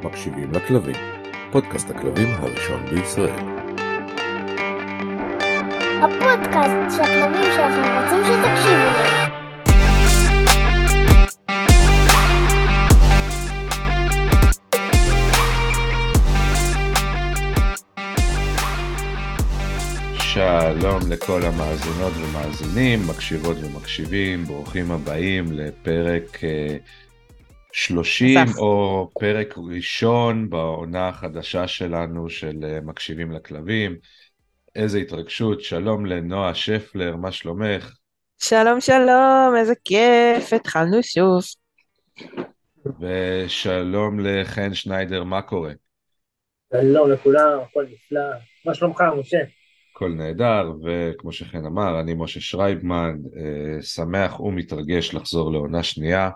מקשיבים לכלבים, פודקאסט הכלבים הראשון בישראל. הפודקאסט שהכלבים שלכם רוצים שתקשיבו להם. שלום לכל המאזינות ומאזינים, מקשיבות ומקשיבים, ברוכים הבאים לפרק 30 או פרק ראשון בעונה החדשה שלנו של מקשיבים לכלבים. איזה התרגשות, שלום לנועה שפלר, מה שלומך? שלום שלום, איזה כיף, התחלנו שוב. ושלום לחן שניידר, מה קורה? שלום לכולם, הכל נפלא. מה שלומך, משה? הכל נהדר, וכמו שחן אמר, אני משה שרייבמן, שמח ומתרגש לחזור לעונה שנייה,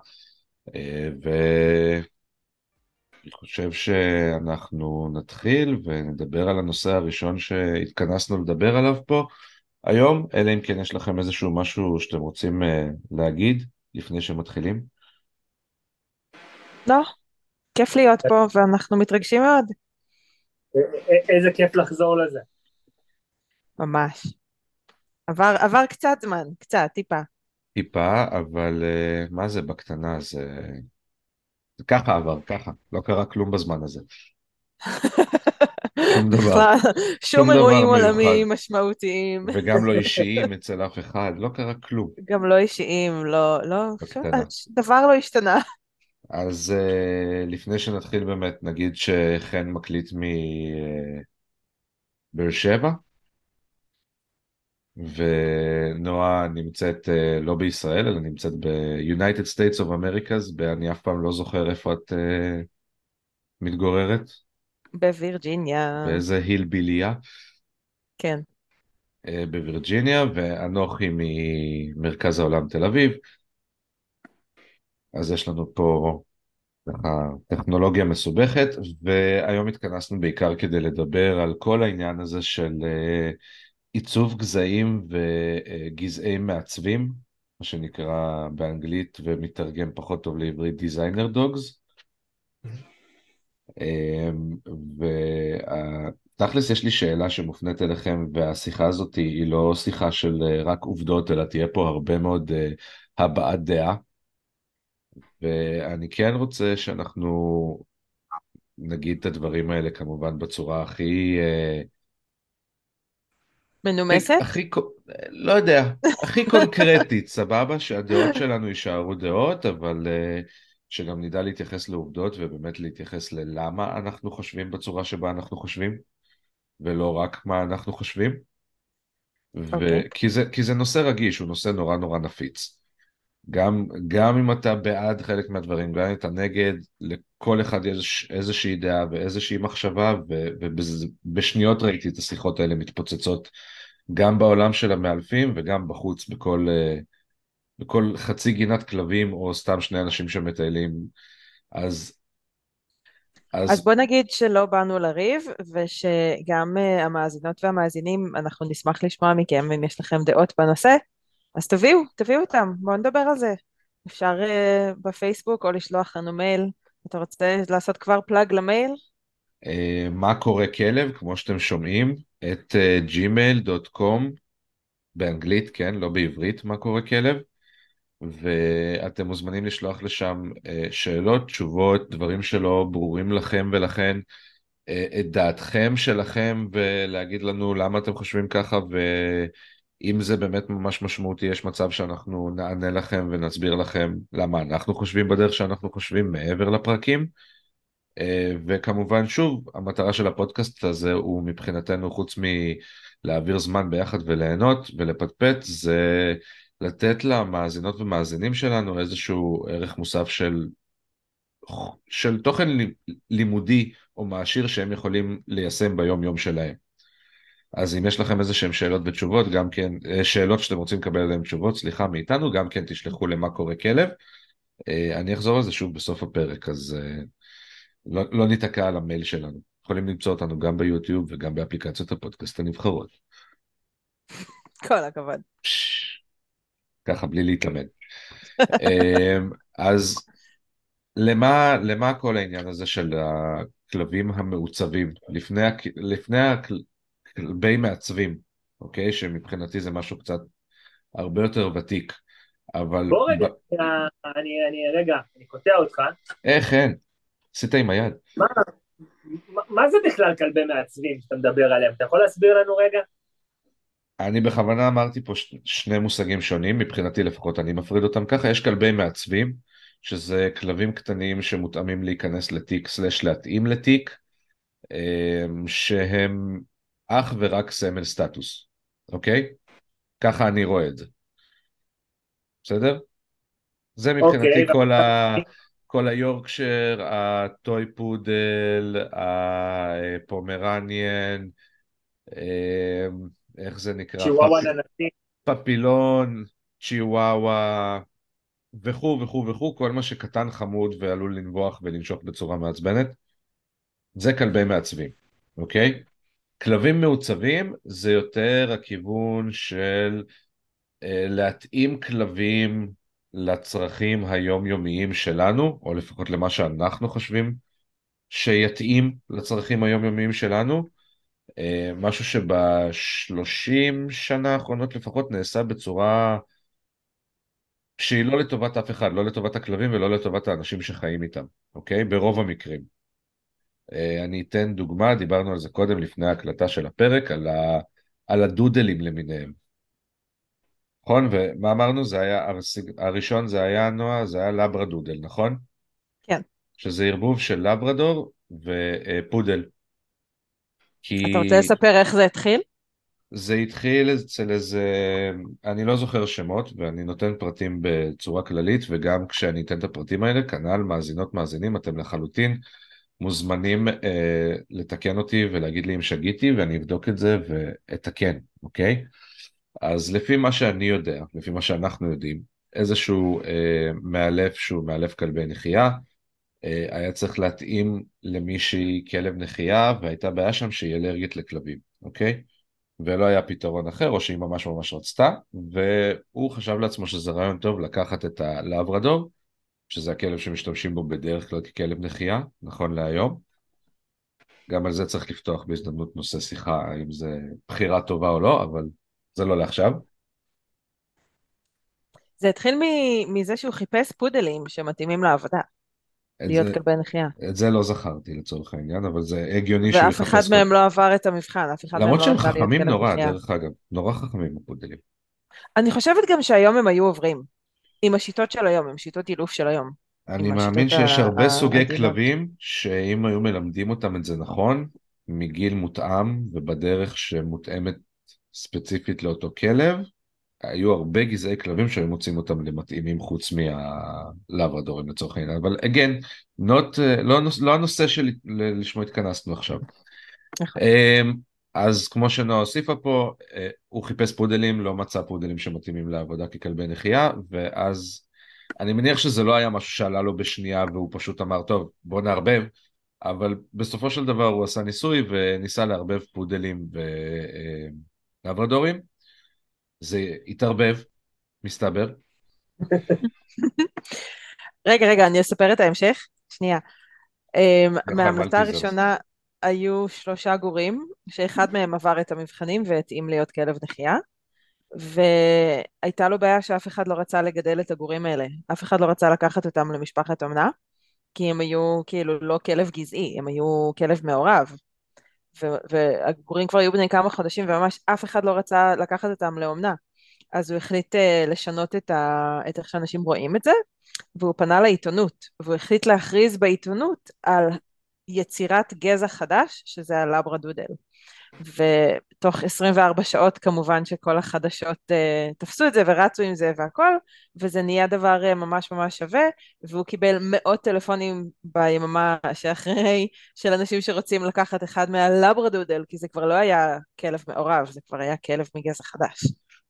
ואני חושב שאנחנו נתחיל ונדבר על הנושא הראשון שהתכנסנו לדבר עליו פה היום, אלא אם כן יש לכם איזשהו משהו שאתם רוצים להגיד לפני שמתחילים. לא, כיף להיות פה ואנחנו מתרגשים מאוד. איזה כיף לחזור לזה. ממש. עבר קצת זמן, קצת, טיפה. טיפה, אבל מה זה בקטנה? זה ככה עבר, ככה, לא קרה כלום בזמן הזה. שום דבר, בכלל, שום שום דבר אירועים מיוחד. עולמיים משמעותיים. וגם לא אישיים אצל אף אחד, לא קרה כלום. גם לא אישיים, לא, בקטנה. דבר לא השתנה. אז לפני שנתחיל באמת, נגיד שחן מקליט מבאר שבע, ונועה נמצאת לא בישראל, אלא נמצאת ב-United States of Americas, אני אף פעם לא זוכר איפה את מתגוררת, בווירג'יניה. באיזה הילביליה. כן. בווירג'יניה, ואנוכי ממרכז העולם תל אביב. אז יש לנו פה טכנולוגיה מסובכת, והיום התכנסנו בעיקר כדי לדבר על כל העניין הזה של עיצוב גזעים וגזעי מעצבים, מה שנקרא באנגלית ומתרגם פחות טוב לעברית דיזיינר דוגס. ותכלס יש לי שאלה שמופנית אליכם, והשיחה הזאת היא לא שיחה של רק עובדות, אלא תהיה פה הרבה מאוד הבעת דעה, ואני כן רוצה שאנחנו נגיד את הדברים האלה כמובן בצורה הכי מנומסת? לא יודע, הכי קונקרטית, סבבה, שהדעות שלנו יישארו דעות, אבל שגם נדע להתייחס לעובדות ובאמת להתייחס ללמה אנחנו חושבים בצורה שבה אנחנו חושבים, ולא רק מה אנחנו חושבים. אוקיי. כי זה נושא רגיש, הוא נושא נורא נורא נפיץ. גם אם אתה בעד חלק מהדברים, גם אם אתה נגד, לכל אחד יש איזושהי דעה ואיזושהי מחשבה, ובשניות ראיתי את השיחות האלה מתפוצצות גם בעולם של המאלפים וגם בחוץ, בכל חצי גינת כלבים או סתם שני אנשים שמטיילים. אז בוא נגיד שלא באנו לריב, ושגם המאזינות והמאזינים, אנחנו נשמח לשמוע מכם אם יש לכם דעות בנושא, אז תביאו אותם, בואו נדבר על זה. אפשר בפייסבוק או לשלוח לנו מייל. אתה רוצה לעשות כבר פלאג למייל? מה קורה כלב, כמו שאתם שומעים, את gmail.com, באנגלית, כן, לא בעברית, מה קורה כלב, ואתם מוזמנים לשלוח לשם שאלות, תשובות, דברים שלא ברורים לכם ולכן את דעתכם שלכם, ולהגיד לנו למה אתם חושבים ככה, ואם זה באמת ממש משמעותי, יש מצב שאנחנו נענה לכם ונסביר לכם למה אנחנו חושבים בדרך שאנחנו חושבים מעבר לפרקים. וכמובן שוב, המטרה של הפודקאסט הזה הוא מבחינתנו, חוץ מלהעביר זמן ביחד וליהנות ולפטפט, זה לתת למאזינות ומאזינים שלנו איזשהו ערך מוסף של תוכן לימודי או מעשיר שהם יכולים ליישם ביום יום שלהם. אז אם יש לכם איזה שהם שאלות ותשובות, גם כן, שאלות שאתם רוצים לקבל עליהן תשובות, סליחה, מאיתנו, גם כן תשלחו למה קורה כלב. אני אחזור על זה שוב בסוף הפרק, אז לא ניתקע על המייל שלנו. יכולים למצוא אותנו גם ביוטיוב וגם באפליקציות הפודקאסט הנבחרות. כל הכבוד. ככה בלי להתאמן. אז למה כל העניין הזה של הכלבים המעוצבים? לפני הכלבי מעצבים, אוקיי? שמבחינתי זה משהו קצת הרבה יותר ותיק, אבל בוא רגע, רגע, אני קוטע אותך. איך אין? עשית עם היד. מה, מה זה בכלל כלבי מעצבים שאתה מדבר עליהם? אתה יכול להסביר לנו רגע? אני בכוונה אמרתי פה שני מושגים שונים, מבחינתי לפחות אני מפריד אותם ככה. יש כלבי מעצבים, שזה כלבים קטנים שמותאמים להיכנס לתיק סלש להתאים לתיק, שהם אך ורק סמל סטטוס, אוקיי? ככה אני רואה את זה, בסדר? זה מבחינתי אוקיי, כל היורקשר, הטוי פודל, הפומרניאן, איך זה נקרא? צ'יוואווה ננסי. פפילון, צ'יוואווה, וכו' וכו' וכו', כל מה שקטן חמוד ועלול לנבוח ולנשוך בצורה מעצבנת, זה כלבי מעצבים, אוקיי? כלבים מעוצבים זה יותר הכיוון של להתאים כלבים לצרכים היומיומיים שלנו, או לפחות למה שאנחנו חושבים שיתאים לצרכים היומיומיים שלנו, משהו שבשלושים שנה האחרונות לפחות נעשה בצורה שהיא לא לטובת אף אחד, לא לטובת הכלבים ולא לטובת האנשים שחיים איתם, אוקיי? ברוב המקרים. אני אתן דוגמה, דיברנו על זה קודם לפני ההקלטה של הפרק, על הדודלים למיניהם. נכון? ומה אמרנו? זה היה, הראשון זה היה נועה, זה היה לברדודל, נכון? כן. שזה ערבוב של לברדור ופודל. אתה רוצה כי לספר איך זה התחיל? זה התחיל אצל איזה, אני לא זוכר שמות, ואני נותן פרטים בצורה כללית, וגם כשאני אתן את הפרטים האלה, כנ"ל מאזינות מאזינים, אתם לחלוטין מוזמנים לתקן אותי ולהגיד לי אם שגיתי, ואני אבדוק את זה ואתקן, אוקיי? אז לפי מה שאני יודע, לפי מה שאנחנו יודעים, איזשהו מאלף שהוא מאלף כלבי נחייה, היה צריך להתאים למישהי כלב נחייה, והייתה בעיה שם שהיא אלרגית לכלבים, אוקיי? ולא היה פתרון אחר, או שהיא ממש ממש רצתה, והוא חשב לעצמו שזה רעיון טוב לקחת את הלברדור, שזה הכלב שמשתמשים בו בדרך כלל ככלב נחייה, נכון להיום. גם על זה צריך לפתוח בהזדמנות נושא שיחה, האם זה בחירה טובה או לא, אבל זה לא לעכשיו. זה התחיל מזה שהוא חיפש פודלים שמתאימים לעבודה, את להיות זה, כלבי נחייה. את זה לא זכרתי לצורך העניין, אבל זה הגיוני שהוא ואף אחד יחפש מהם לא עבר את המבחן, אף אחד מהם למרות לא שהם רצה להיות חכמים כלב נורא, נחייה. דרך אגב, נורא חכמים הפודלים. אני חושבת גם שהיום הם היו עוברים, עם השיטות של היום, עם שיטות אילוף של היום, אני עם מאמין השיטות שיש הרבה סוגי העדינות. כלבים שאם היו מלמדים אותם את זה נכון, מגיל מותאם ובדרך שמותאמת ספציפית לאותו כלב, היו הרבה גזעי כלבים שהיו מוצאים אותם למתאימים חוץ מהלברדורים לצורך העניין, אבל again, לא הנושא שלשמו התכנסנו עכשיו. נכון. אז כמו שנועה הוסיפה פה, הוא חיפש פודלים, לא מצא פודלים שמתאימים לעבודה ככלבי נחייה, ואז אני מניח שזה לא היה משהו שעלה לו בשנייה והוא פשוט אמר, טוב, בוא נערבב, אבל בסופו של דבר הוא עשה ניסוי וניסה לערבב פודלים ולברדורים, זה התערבב, מסתבר. רגע, אני אספר את ההמשך. שנייה. חייב, אל מההמלטה תיזז. הראשונה היו 3 גורים, שאחד מהם עבר את המבחנים והתאים להיות כלב נחייה, והייתה לו בעיה שאף אחד לא רצה לגדל את הגורים האלה. אף אחד לא רצה לקחת אותם למשפחת אומנה, כי הם היו כאילו לא כלב גזעי, הם היו כלב מעורב. והגורים כבר היו בני כמה חודשים, וממש אף אחד לא רצה לקחת אותם לאומנה. אז הוא החליט לשנות את איך שאנשים רואים את זה, והוא פנה לעיתונות, והוא החליט להכריז בעיתונות על יצירת גזע חדש, שזה הלברדודל. ותוך 24 שעות כמובן שכל החדשות תפסו את זה ורצו עם זה והכל, וזה נהיה דבר ממש ממש שווה, והוא קיבל מאות טלפונים ביממה שאחרי של אנשים שרוצים לקחת אחד מהלברדודל, כי זה כבר לא היה כלב מעורב, זה כבר היה כלב מגזע חדש.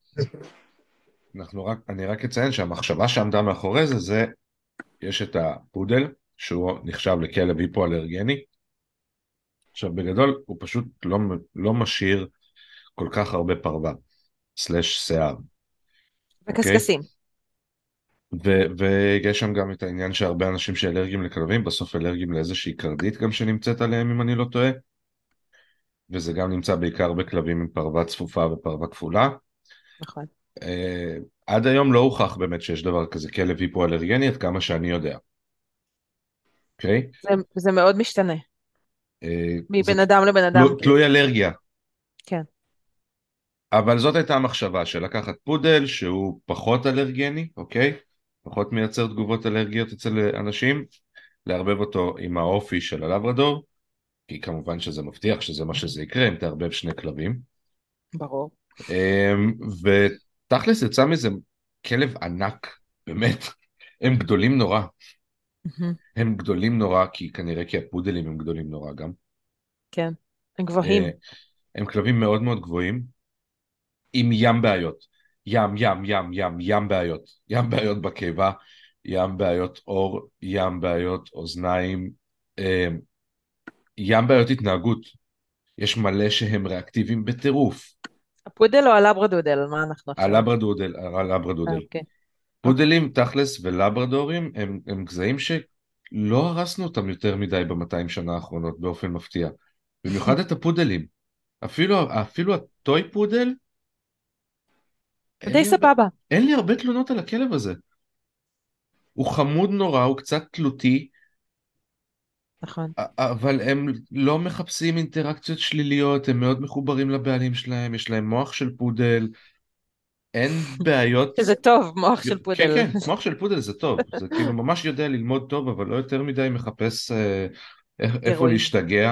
אני רק אציין שהמחשבה שעמדה מאחורי זה, יש את הפודל, שהוא נחשב לכלב היפואלרגני, עכשיו בגדול הוא פשוט לא משאיר כל כך הרבה פרווה, סלש שיער, אוקיי? וקסקסים. ויש שם גם את העניין שהרבה אנשים שאלרגיים לכלבים, בסוף אלרגיים לאיזושהי קרדית גם שנמצאת עליהם, אם אני לא טועה, וזה גם נמצא בעיקר בכלבים עם פרווה צפופה ופרווה כפולה. נכון. עד היום לא הוכח באמת שיש דבר כזה כלב היפואלרגני, עד כמה שאני יודע. אוקיי? זה מאוד משתנה, זה מבן אדם לבן אדם, כאילו. תלוי אלרגיה. כן, אבל זאת הייתה המחשבה של לקחת פודל שהוא פחות אלרגני, אוקיי? פחות מייצר תגובות אלרגיות אצל אנשים, לערבב אותו עם האופי של הלברדור, כי כמובן שזה מבטיח שזה מה שזה יקרה אם תערבב שני כלבים. ברור. ותכלס יצא מזה כלב ענק, באמת, הם גדולים נורא. מהמם. הם גדולים נורא, כי הפודלים הם גדולים נורא גם. כן, הם אה, גבוהים. הם כלבים מאוד מאוד גבוהים, עם ים בעיות. ים בעיות. ים בעיות בקיבה, ים בעיות אור, ים בעיות אוזניים, אה, ים בעיות התנהגות. יש מלא שהם ריאקטיביים בטירוף. הפודל או הלברדודל? על מה אנחנו עכשיו? הלברדודל. אוקיי. אוקיי. פודלים, תכלס ולברדורים הם גזעים שלא הרסנו אותם יותר מדי ב-200 שנה האחרונות באופן מפתיע. במיוחד את הפודלים. אפילו הטוי פודל, די סבבה. אין לי הרבה תלונות על הכלב הזה. הוא חמוד נורא, הוא קצת תלותי, נכון. אבל הם לא מחפשים אינטראקציות שליליות, הם מאוד מחוברים לבעלים שלהם, יש להם מוח של פודל, אין בעיות. שזה טוב, מוח של כן, פודל. כן, מוח של פודל זה טוב, זה כאילו ממש יודע ללמוד טוב, אבל לא יותר מדי מחפש איפה גירויים. להשתגע.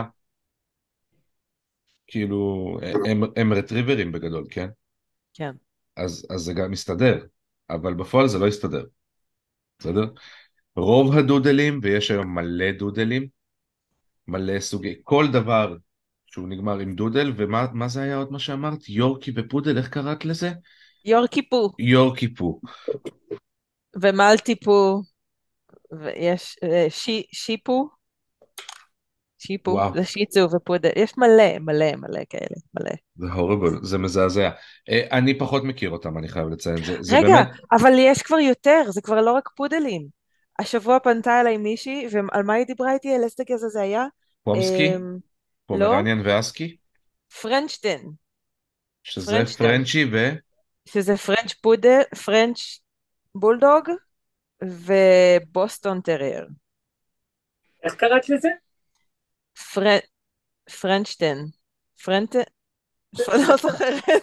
כאילו, הם רטריברים בגדול, כן? כן. אז זה גם מסתדר, אבל בפועל זה לא יסתדר, בסדר? רוב הדודלים, ויש היום מלא דודלים, מלא סוגי, כל דבר שהוא נגמר עם דודל, ומה זה היה עוד מה שאמרת? יורקי ופודל, איך קראת לזה? יורקיפו יורקי פו. ומלטיפו, ויש שיפו, שיפו, וואו, זה שיצו ופודל, יש מלא מלא מלא כאלה, מלא. זה הורבל, זה מזעזע. אני פחות מכיר אותם, אני חייב לציין, זה רגע, באמת, אבל יש כבר יותר, זה כבר לא רק פודלים. השבוע פנתה אליי מישהי, ועל מה היא דיברה איתי? על איזה גזע זה היה? פומסקי, אמ, לא? פומרניאן ואסקי, פרנצ'טן, שזה פרנצ'טון, פרנצ'י שזה פרנץ' פודל, פרנץ' בולדוג ובוסטון טרייר. איך קראת לזה? פר... פרנצ'טן, פרנט... לא זוכרת.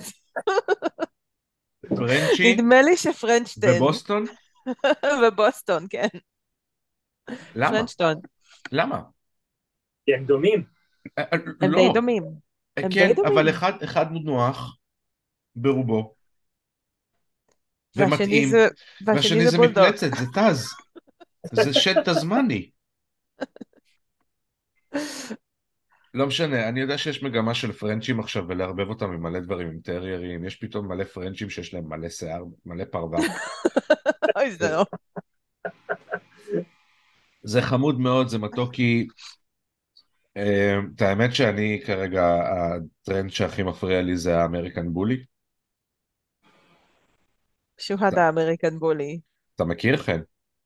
פרנצ'י נדמה לי שפרנצ'טן ובוסטון? ובוסטון, כן. למה? פרנצ'טון. למה? כי הם דומים. הם די לא, דומים. הם די כן, אבל דומים. אחד נוח ברובו, והשני ומתאים, זה, והשני והשני זה זה בולדוג. מפלצת, זה טז, זה שד תזמני. לא משנה, אני יודע שיש מגמה של פרנצ'ים עכשיו ולערבב אותם עם מלא דברים, עם טריירים, יש פתאום מלא פרנצ'ים שיש להם מלא שיער, מלא פרווה. אוי, זה זה, לא. זה חמוד מאוד, זה מתוקי. את האמת שאני כרגע, הטרנד שהכי מפריע לי זה האמריקן בולי. שוהד אתה, האמריקן בולי. אתה מכיר חן?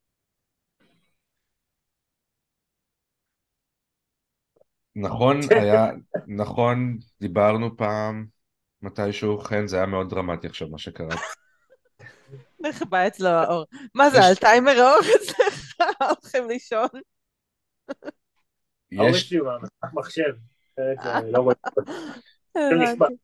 נכון, נכון, דיברנו פעם, מתישהו חן, זה היה מאוד דרמטי עכשיו מה שקרה. איך בא אצלו האור? מה זה, על יש, טיימר האור אצלך? הולכים לישון? ההורים יש, שלי הוא המסך מחשב. אחרת לא רואים. זה נשמע. הבנתי.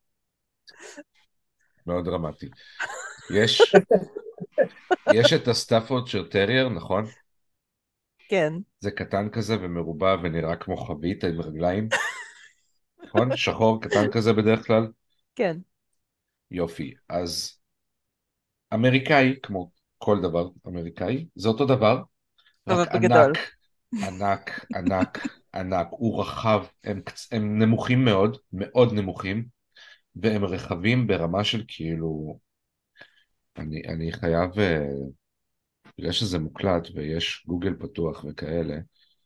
מאוד דרמטי. יש, יש את הסטאפורד טרייר, נכון? כן, זה קטן כזה ומרובע ונראה כמו חבית עם רגליים, נכון? שחור קטן כזה בדרך כלל. כן. יופי. אז אמריקאי, כמו כל דבר אמריקאי, זה אותו דבר, אבל רק בגדול. ענק, ענק, ענק, ענק. הוא רחב, הם נמוכים מאוד, מאוד נמוכים, והם רחבים ברמה של כאילו, אני חייב, בגלל שזה מוקלט ויש גוגל פתוח וכאלה,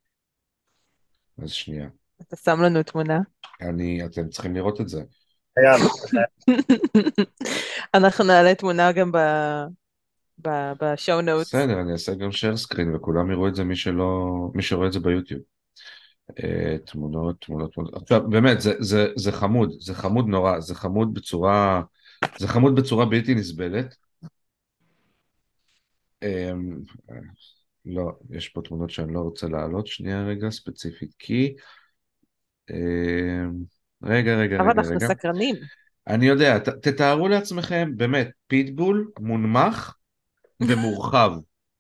אז שנייה. אתה שם לנו תמונה. אתם צריכים לראות את זה. חייב. אנחנו נעלה תמונה גם בשואו נוטס. בסדר, אני אעשה גם share screen וכולם יראו את זה מי שרואה את זה ביוטיוב. תמונות, תמונות, תמונות. עכשיו, באמת, זה חמוד, זה חמוד נורא, זה חמוד בצורה בלתי נסבלת. אמ, לא, יש פה תמונות שאני לא רוצה להעלות, שנייה רגע, ספציפית, כי... אמ, אבל אנחנו רגע. סקרנים. אני יודע, תתארו לעצמכם, באמת, פיטבול מונמך ומורחב,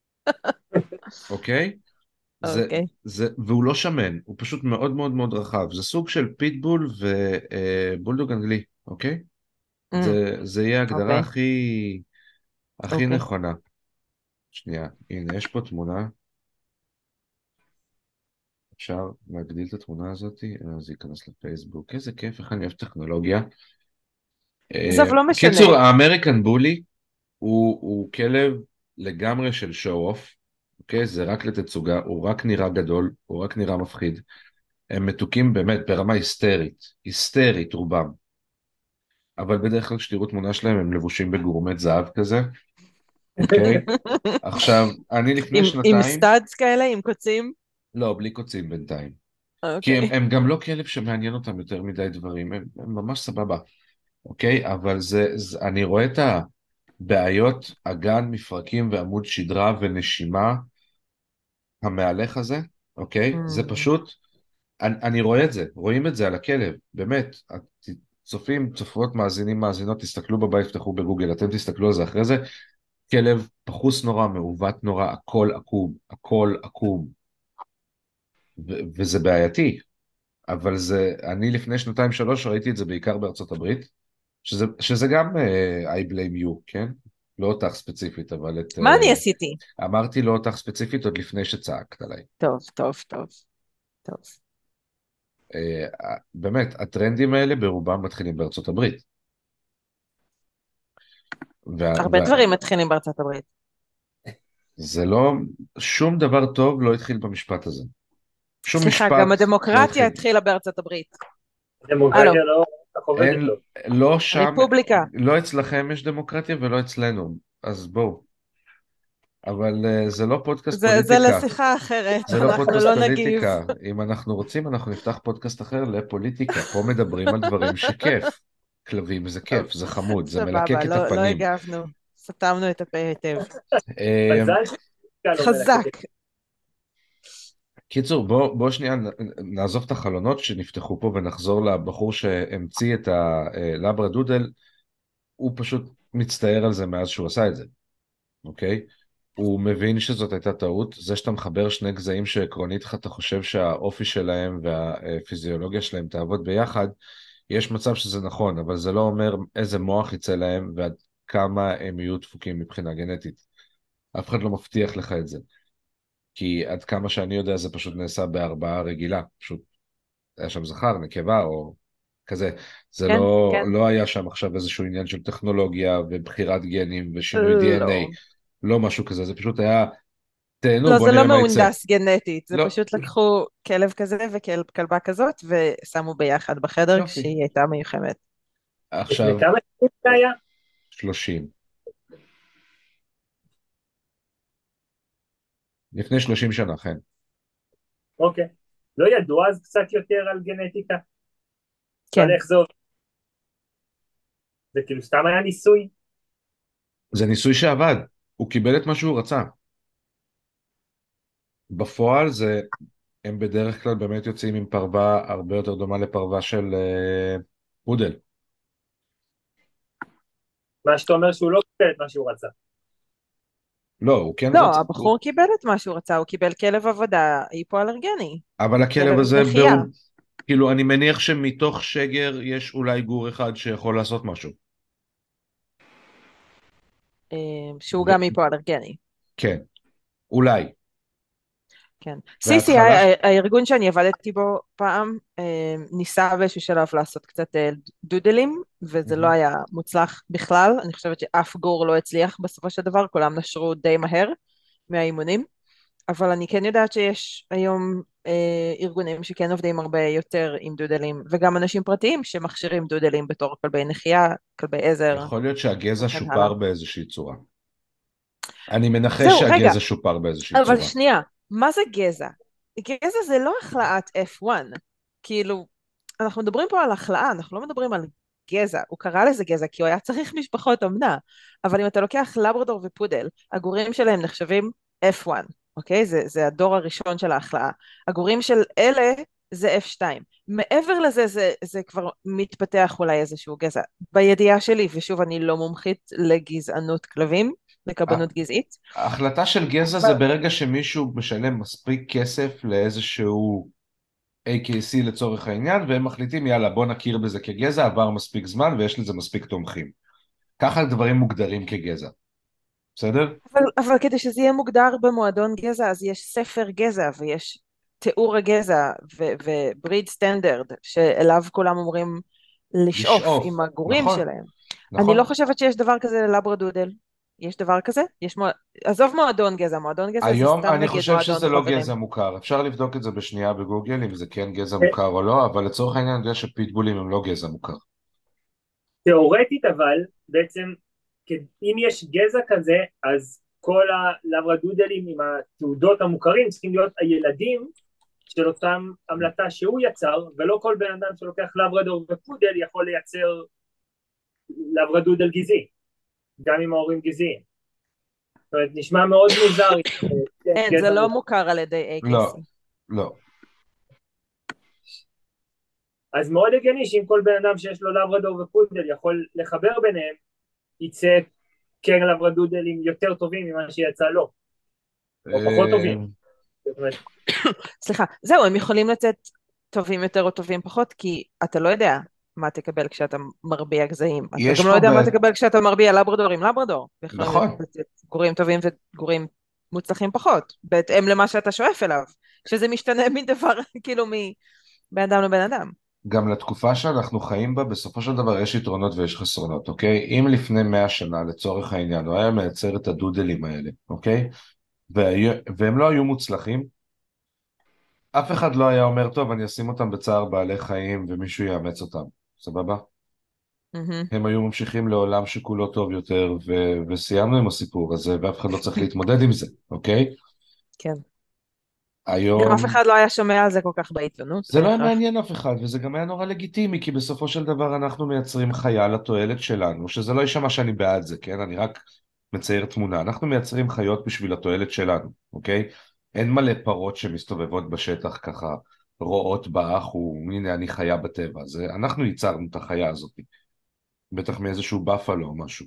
אוקיי? אוקיי. והוא לא שמן, הוא פשוט מאוד מאוד מאוד רחב. זה סוג של פיטבול ובולדוג אנגלי, אוקיי? אמ, זה יהיה ההגדרה אוקיי. הכי אוקיי. נכונה. שנייה, הנה, יש פה תמונה. אפשר להגדיל את התמונה הזאת, אז ייכנס לפייסבוק. איזה כיף, איך אני אוהב טכנולוגיה. עזוב, לא משנה. קיצור, האמריקן בולי הוא כלב לגמרי של שואו אוף, אוקיי? זה רק לתצוגה, הוא רק נראה גדול, הוא רק נראה מפחיד. הם מתוקים באמת ברמה היסטרית, היסטרית רובם. אבל בדרך כלל כשתראו תמונה שלהם הם לבושים בגורמט זהב כזה, אוקיי? עכשיו, אני לפני עם שנתיים, סטאדס כאלה, עם קוצים? לא, בלי קוצים בינתיים. כי אוקיי. הם גם לא כלב שמעניין אותם יותר מדי דברים, הם ממש סבבה, אוקיי? אבל אני רואה את הבעיות, אגן, מפרקים ועמוד שדרה ונשימה, המהלך הזה, אוקיי? זה אמ, פשוט, אני רואה את זה, רואים את זה על הכלב, באמת. צופים, צופות, מאזינים, מאזינות, תסתכלו בבית, תפתחו בגוגל, אתם תסתכלו על זה אחרי זה, כלב פחוס נורא, מעוות נורא, הכל עקום, הכל עקום, וזה בעייתי, אבל אני לפני שנתיים שלוש ראיתי את זה בעיקר בארצות הברית, שזה גם I blame you, כן? לא אותך ספציפית, אבל מה אני עשיתי? אמרתי לא אותך ספציפית עוד לפני שצעקת עליי. טוב, טוב, טוב, טוב. באמת, הטרנדים האלה ברובם מתחילים בארצות הברית. הרבה דברים מתחילים בארצות הברית. זה לא, שום דבר טוב לא התחיל במשפט הזה. שום סליחה, משפט גם לא הדמוקרטיה התחיל. התחילה בארצות הברית. הלו, דמוקרטיה לא כך עובדת אין, לו. לא שם, רפובליקה. לא אצלכם יש דמוקרטיה ולא אצלנו, אז בואו. אבל זה לא פודקאסט זה פוליטיקה. לשיחה אחרת, זה לא אנחנו פודקאסט לא נגיב. פוליטיקה. אם אנחנו רוצים, אנחנו נפתח פודקאסט אחר לפוליטיקה. פה מדברים על דברים שכיף. כלבים זה טוב, כיף, זה חמוד, זה מלקק סבבה, את לא הפנים. הגבנו, סתמנו את הפה היטב. אה, מזל שכאן לא חזק. מלקקת. קיצור, בוא שנייה נעזוב את החלונות שנפתחו פה ונחזור לבחור שהמציא את הלברה דודל. הוא פשוט מצטער על זה מאז שהוא עשה את זה, אוקיי? הוא מבין שזאת הייתה טעות. זה שאתה מחבר שני גזעים שעקרונית אתה חושב שהאופי שלהם והפיזיולוגיה שלהם תעבוד ביחד, יש מצב שזה נכון, אבל זה לא אומר איזה מוח יצא להם ועד כמה הם יהיו דפוקים מבחינה גנטית. אף אחד לא מבטיח לך את זה. כי עד כמה שאני יודע זה פשוט נעשה בהרבעה רגילה, פשוט היה שם זכר, נקבה או כזה, זה כן, כן. לא היה שם עכשיו איזשהו עניין של טכנולוגיה ובחירת גנים ושינוי DNA, לא. לא משהו כזה, זה פשוט היה, תהנו לא, בוא זה לא נראה מה יצא. מהונדס גנטית, זה לא, פשוט לקחו כלב כזה וכלבה כזאת ושמו ביחד בחדר יופי. כשהיא הייתה מיוחמת. לפני עכשיו, כמה שנים זה היה? 30. לפני 30 שנה, כן. אוקיי. לא ידעו אז קצת יותר על גנטיקה? כן. על איך זה עובד? זה כאילו סתם היה ניסוי? זה ניסוי שעבד, הוא קיבל את מה שהוא רצה. בפועל הם בדרך כלל באמת יוצאים עם פרווה הרבה יותר דומה לפרווה של פודל. מה שאתה אומר שהוא לא קיבל את מה שהוא רצה. לא, הוא כן לא, רצה, הבחור קיבל את מה שהוא רצה, הוא קיבל כלב עבודה היפואלרגני, אבל הכלב כלב הזה נחייה. כאילו אני מניח שמתוך שגר יש אולי גור אחד שיכול לעשות משהו. שהוא ו- גם היפואלרגני. כן, אולי. כן. CCI, בהתחלה, הארגון שאני עבדתי בו פעם, ניסה באיזשהו שלב לעשות קצת דודלים, וזה לא היה מוצלח בכלל. אני חושבת שאף גור לא הצליח בסופו של דבר, כולם נשרו די מהר מהאימונים, אבל אני כן יודעת שיש היום ארגונים שכן עובדים הרבה יותר עם דודלים, וגם אנשים פרטיים שמכשירים דודלים בתור כלבי נחייה, כלבי עזר, יכול להיות שהגזע וכן הלאה. שופר באיזושהי צורה. אני מנחש זהו, רגע, שהגזע שופר באיזושהי אבל צורה. שנייה, מה זה גזע? גזע זה לא החלאת F1. כאילו, אנחנו מדברים פה על החלאה, אנחנו לא מדברים על גזע. הוא קרא לזה גזע כי הוא היה צריך משפחות אומנה. אבל אם אתה לוקח לברדור ופודל, הגורים שלהם נחשבים F1, אוקיי? זה הדור הראשון של ההחלאה. הגורים של אלה זה F2. מעבר לזה, זה כבר מתפתח אולי איזשהו גזע. בידיעה שלי, ושוב, אני לא מומחית לגזענות כלבים, לקבנות גזעית. ההחלטה של גזע זה ברגע שמישהו משלם מספיק כסף לאיזשהו AKC לצורך העניין, והם מחליטים, יאללה, בוא נכיר בזה כגזע, עבר מספיק זמן ויש לזה מספיק תומכים. ככה דברים מוגדרים כגזע, בסדר? אבל כדי שזה יהיה מוגדר במועדון גזע, אז יש ספר גזע ויש תיאור הגזע ובריד סטנדרט שאליו כולם אומרים לשאוף עם לשאוף, הגורים נכון, שלהם. אני לא נכון. חושבת שיש דבר כזה ללברדודל. יש דבר כזה? עזוב מועדון גזע, מועדון גזע זה היום סתם אני נגיד חושב מועדון שזה לא חברים. גזע מוכר, אפשר לבדוק את זה בשנייה בגוגל, אם זה כן גזע מוכר או לא, אבל לצורך העניין אני יודע שפיטבולים הם לא גזע מוכר. תיאורטית אבל, בעצם, אם יש גזע כזה, אז כל הלברדודלים עם התעודות המוכרים צריכים להיות הילדים של אותם המלטה שהוא יצר, ולא כל בן אדם שלוקח לברדור ופודל יכול לייצר לברדודל גזעי, גם אם ההורים גזעיים. זאת אומרת, נשמע מאוד מוזר. אין, זה גזע לא מוכר. מוכר על ידי לא, AKC. לא. אז מאוד הגיוני שאם כל בן אדם שיש לו לברדור ופודל יכול לחבר ביניהם, יצא קרן לברדודלים יותר טובים ממה שיצא לו, או פחות טובים. זאת אומרת, סליחה, זהו, הם יכולים לצאת טובים יותר או טובים פחות, כי אתה לא יודע מה תקבל כשאתה מרביע גזעים. אתה יש גם לא פה יודע מה תקבל כשאתה מרביע לברדור עם לברדור. יכולים נכון, לצאת גורים טובים וגורים מוצלחים פחות, בהתאם למה שאתה שואף אליו, שזה משתנה מדבר, כאילו מבן אדם לבן אדם. גם לתקופה שאנחנו חיים בה, בסופו של דבר יש יתרונות ויש חסרונות, אוקיי? אם לפני 100 שנה, לצורך העניין, הוא היה מייצר את הדודלים האלה, אוקיי? והם לא היו מוצלחים, אף אחד לא היה אומר, טוב, אני אשים אותם בצער בעלי חיים ומישהו יאמץ אותם, סבבה? מהמם. הם היו ממשיכים לעולם שכולו טוב יותר, וסיימנו עם הסיפור הזה, ואף אחד לא צריך להתמודד עם זה, אוקיי? כן. גם אף היום אחד לא היה שומע על זה כל כך בעיתונות, זה לא היה בהכרח. מעניין אף אחד, וזה גם היה נורא לגיטימי, כי בסופו של דבר אנחנו מייצרים חיה לתועלת שלנו, שזה לא יישמע שאני בעד זה, כן? אני רק מצייר תמונה. אנחנו מייצרים חיות בשביל התועלת שלנו, אוקיי? אין מלא פרות שמסתובבות בשטח ככה, רואות באח, הנה אני חיה בטבע. אנחנו ייצרנו את החיה הזאת, בטח מאיזשהו בפלו או משהו.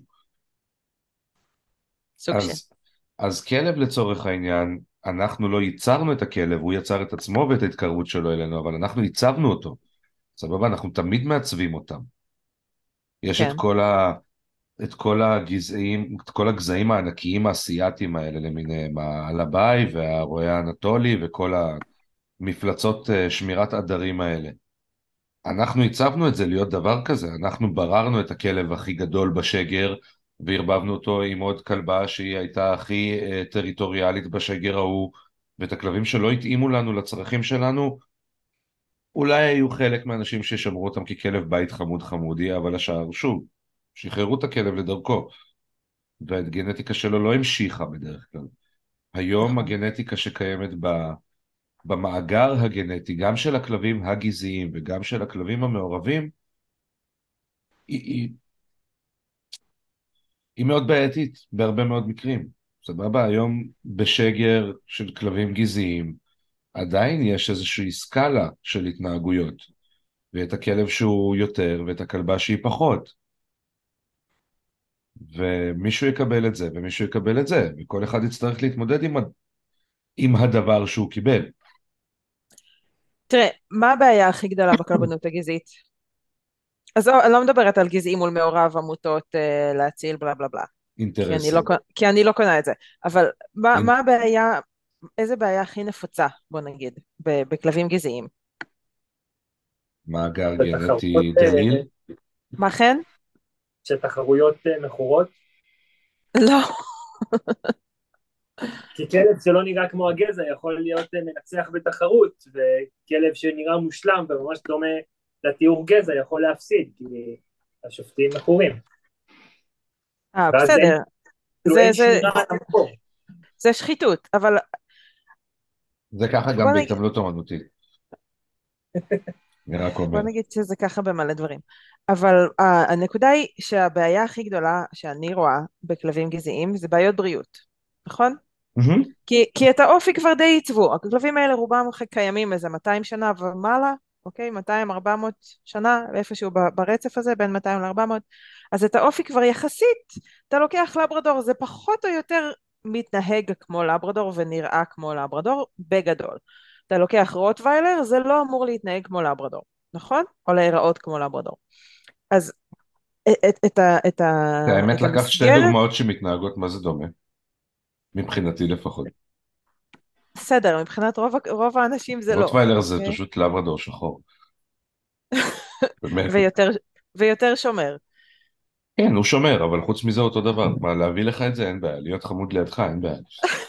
סוג של. אז כלב לצורך העניין, אנחנו לא ייצרנו את הכלב, הוא יצר את עצמו ואת ההתקרבות שלו אלינו, אבל אנחנו ייצבנו אותו. סבבה, אנחנו תמיד מעצבים אותם. יש כן. את כל הגזעים, את כל הגזעים הענקיים האסייתיים האלה למיניהם, האלביי והרועה האנטולי וכל המפלצות שמירת עדרים האלה. אנחנו הצבנו את זה להיות דבר כזה, אנחנו בררנו את הכלב הכי גדול בשגר וערבבנו אותו עם עוד כלבה שהיא הייתה הכי טריטוריאלית בשגר ההוא, ואת הכלבים שלא התאימו לנו לצרכים שלנו, אולי היו חלק מהאנשים ששמרו אותם ככלב בית חמוד חמודי, אבל השאר, שוב, שחררו את הכלב לדרכו, והגנטיקה שלו לא המשיכה בדרך כלל. היום נכון. הגנטיקה שקיימת במאגר הגנטי, גם של הכלבים הגזעיים וגם של הכלבים המעורבים, היא, היא מאוד בעייתית בהרבה מאוד מקרים. סבבה, היום בשגר של כלבים גזעיים, עדיין יש איזושהי סקאלה של התנהגויות, ואת הכלב שהוא יותר ואת הכלבה שהיא פחות. ומישהו יקבל את זה ומישהו יקבל את זה, וכל אחד יצטרך להתמודד עם הדבר שהוא קיבל. תראה, מה הבעיה הכי גדולה בכלבנות הגזעית? אז לא, אני לא מדברת על גזעי מול מעורב, עמותות להציל בלה בלה בלה, אינטרסים. כי אני לא קונה את זה. אבל אינ... מה הבעיה, איזה בעיה הכי נפוצה, בוא נגיד, בכלבים גזעיים? מאגר בתחרויות, גנטי דליל. מה כן? שתחרויות מכורות, לא. כי כלב שלא נראה כמו הגזע יכול להיות מנצח בתחרות, וכלב שנראה מושלם וממש דומה לתיאור גזע יכול להפסיד, כי השופטים מכורים. ואז בסדר. כאילו אין שמירה על הציפור. זה שחיתות, אבל זה ככה גם בוא נגיד, בהתעמלות אומנותית. אני רק אומר. בוא נגיד שזה ככה במלא דברים. אבל הנקודה היא שהבעיה הכי גדולה שאני רואה בכלבים גזעיים זה בעיות בריאות, נכון? מהמם. כי את האופי כבר די עיצבו, הכלבים האלה רובם קיימים איזה 200 שנה ומעלה, אוקיי? 200-400 שנה, איפשהו ברצף הזה, בין 200 ל-400, אז את האופי כבר יחסית, אתה לוקח לברדור, זה פחות או יותר מתנהג כמו לברדור ונראה כמו לברדור, בגדול. אתה לוקח רוטוויילר, זה לא אמור להתנהג כמו לברדור, נכון? או להיראות כמו לברדור. אז את האמת, לקחת שתי המסגרת, דוגמאות שמתנהגות מה זה דומה, מבחינתי לפחות. בסדר, מבחינת רוב האנשים זה לא, רוטוויילר זה אוקיי? פשוט לברדור שחור. באמת. ויותר שומר. כן, הוא שומר, אבל חוץ מזה אותו דבר. מה, להביא לך את זה אין בעיה, להיות חמוד לידך אין בעיה.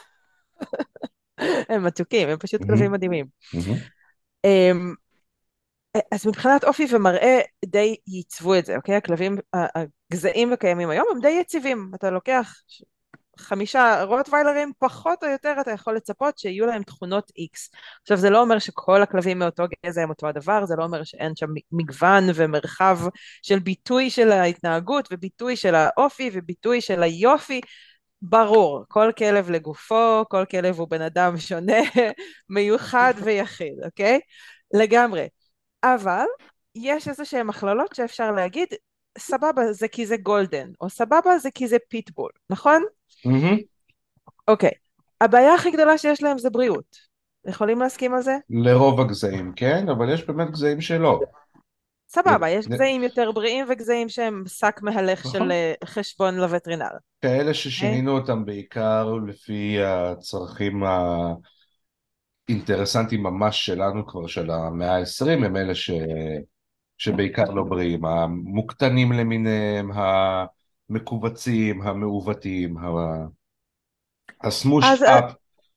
הם מתוקים, הם פשוט כלבים מהמם, מדהימים. מהמם. אמ, אז מבחינת אופי ומראה די ייצבו את זה, אוקיי? הכלבים הגזעים וקיימים היום הם די יציבים. אתה לוקח 5 רוטוויילרים, פחות או יותר אתה יכול לצפות שיהיו להם תכונות X. עכשיו זה לא אומר שכל הכלבים מאותו גזע הם אותו הדבר, זה לא אומר שאין שם מגוון ומרחב של ביטוי של ההתנהגות וביטוי של האופי וביטוי של היופי. ברור, כל כלב לגופו, כל כלב הוא בן אדם שונה, מיוחד ויחיד, אוקיי? לגמרי. אבל יש איזה שהן הכללות שאפשר להגיד, סבבה זה כי זה גולדן, או סבבה זה כי זה פיטבול, נכון? מהמם. אוקיי. הבעיה הכי גדולה שיש להם זה בריאות. יכולים להסכים על זה? לרוב הגזעים כן, אבל יש באמת גזעים שלא. סבבה, יש י- גזעים יותר בריאים וגזעים שהם שק מהלך של נכון. חשבון לווטרינר. כאלה אוקיי? ששינינו אותם בעיקר לפי הצרכים האינטרסנטיים ממש שלנו כבר של המאה ה-20, הם אלה שבעיקר לא בריאים, המוקטנים למיניהם, המקובצים, המעוותים, הסמוש אז אפ.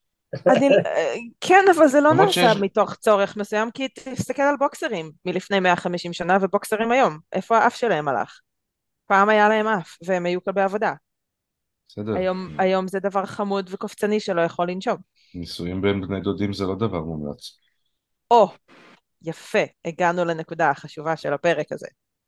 כן, אבל זה לא למרות נעשה שיש, מתוך צורך מסוים, כי תסתכל על בוקסרים מלפני 150 שנה ובוקסרים היום. איפה האף שלהם הלך? פעם היה להם אף, והם היו כלבי עבודה. בסדר, היום זה דבר חמוד וקופצני שלא יכול לנשום. נישואים בין בני דודים זה לא דבר מומלץ. או, יפה, הגענו לנקודה החשובה של הפרק הזה.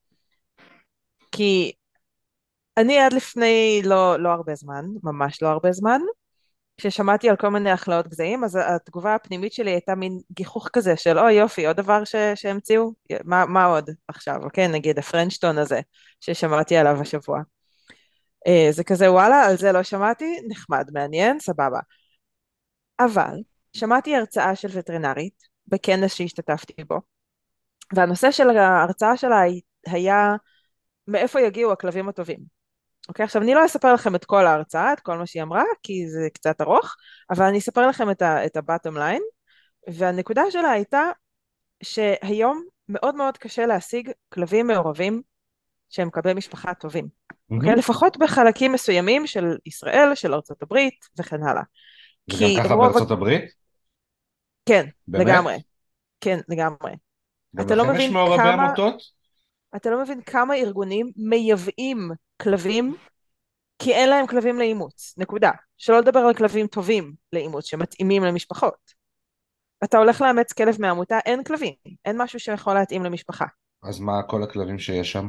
כי אני עד לפני לא הרבה זמן, ממש לא הרבה זמן, כששמעתי על כל מיני הכלאות גזעים, אז התגובה הפנימית שלי הייתה מין גיחוך כזה של אוי יופי, עוד דבר שהמציאו? מה עוד עכשיו? אוקיי, נגיד הפרנצ'טון הזה ששמעתי עליו השבוע. זה כזה וואלה, על זה לא שמעתי, נחמד, מעניין, סבבה. אבל שמעתי הרצאה של וטרינרית בכנס שהשתתפתי בו, והנושא של ההרצאה שלה היה מאיפה יגיעו הכלבים הטובים. אוקיי, עכשיו אני לא אספר לכם את כל ההרצאה, את כל מה שהיא אמרה, כי זה קצת ארוך, אבל אני אספר לכם את ה-bottom line, והנקודה שלה הייתה שהיום מאוד מאוד קשה להשיג כלבים מעורבים שהם כלבי משפחה טובים. אוקיי? מהמם. לפחות בחלקים מסוימים של ישראל, של ארצות הברית וכן הלאה. זה גם כי ככה רוב... בארצות הברית? כן, באמת? לגמרי. כן, לגמרי. גם אתה לא לכם יש מבין מעורבי כמה... עמותות? אתה לא מבין כמה ארגונים מייבאים כלבים כי אין להם כלבים לאימוץ, נקודה. שלא לדבר על כלבים טובים לאימוץ, שמתאימים למשפחות. אתה הולך לאמץ כלב מעמותה, אין כלבים, אין משהו שיכול להתאים למשפחה. אז מה כל הכלבים שיש שם?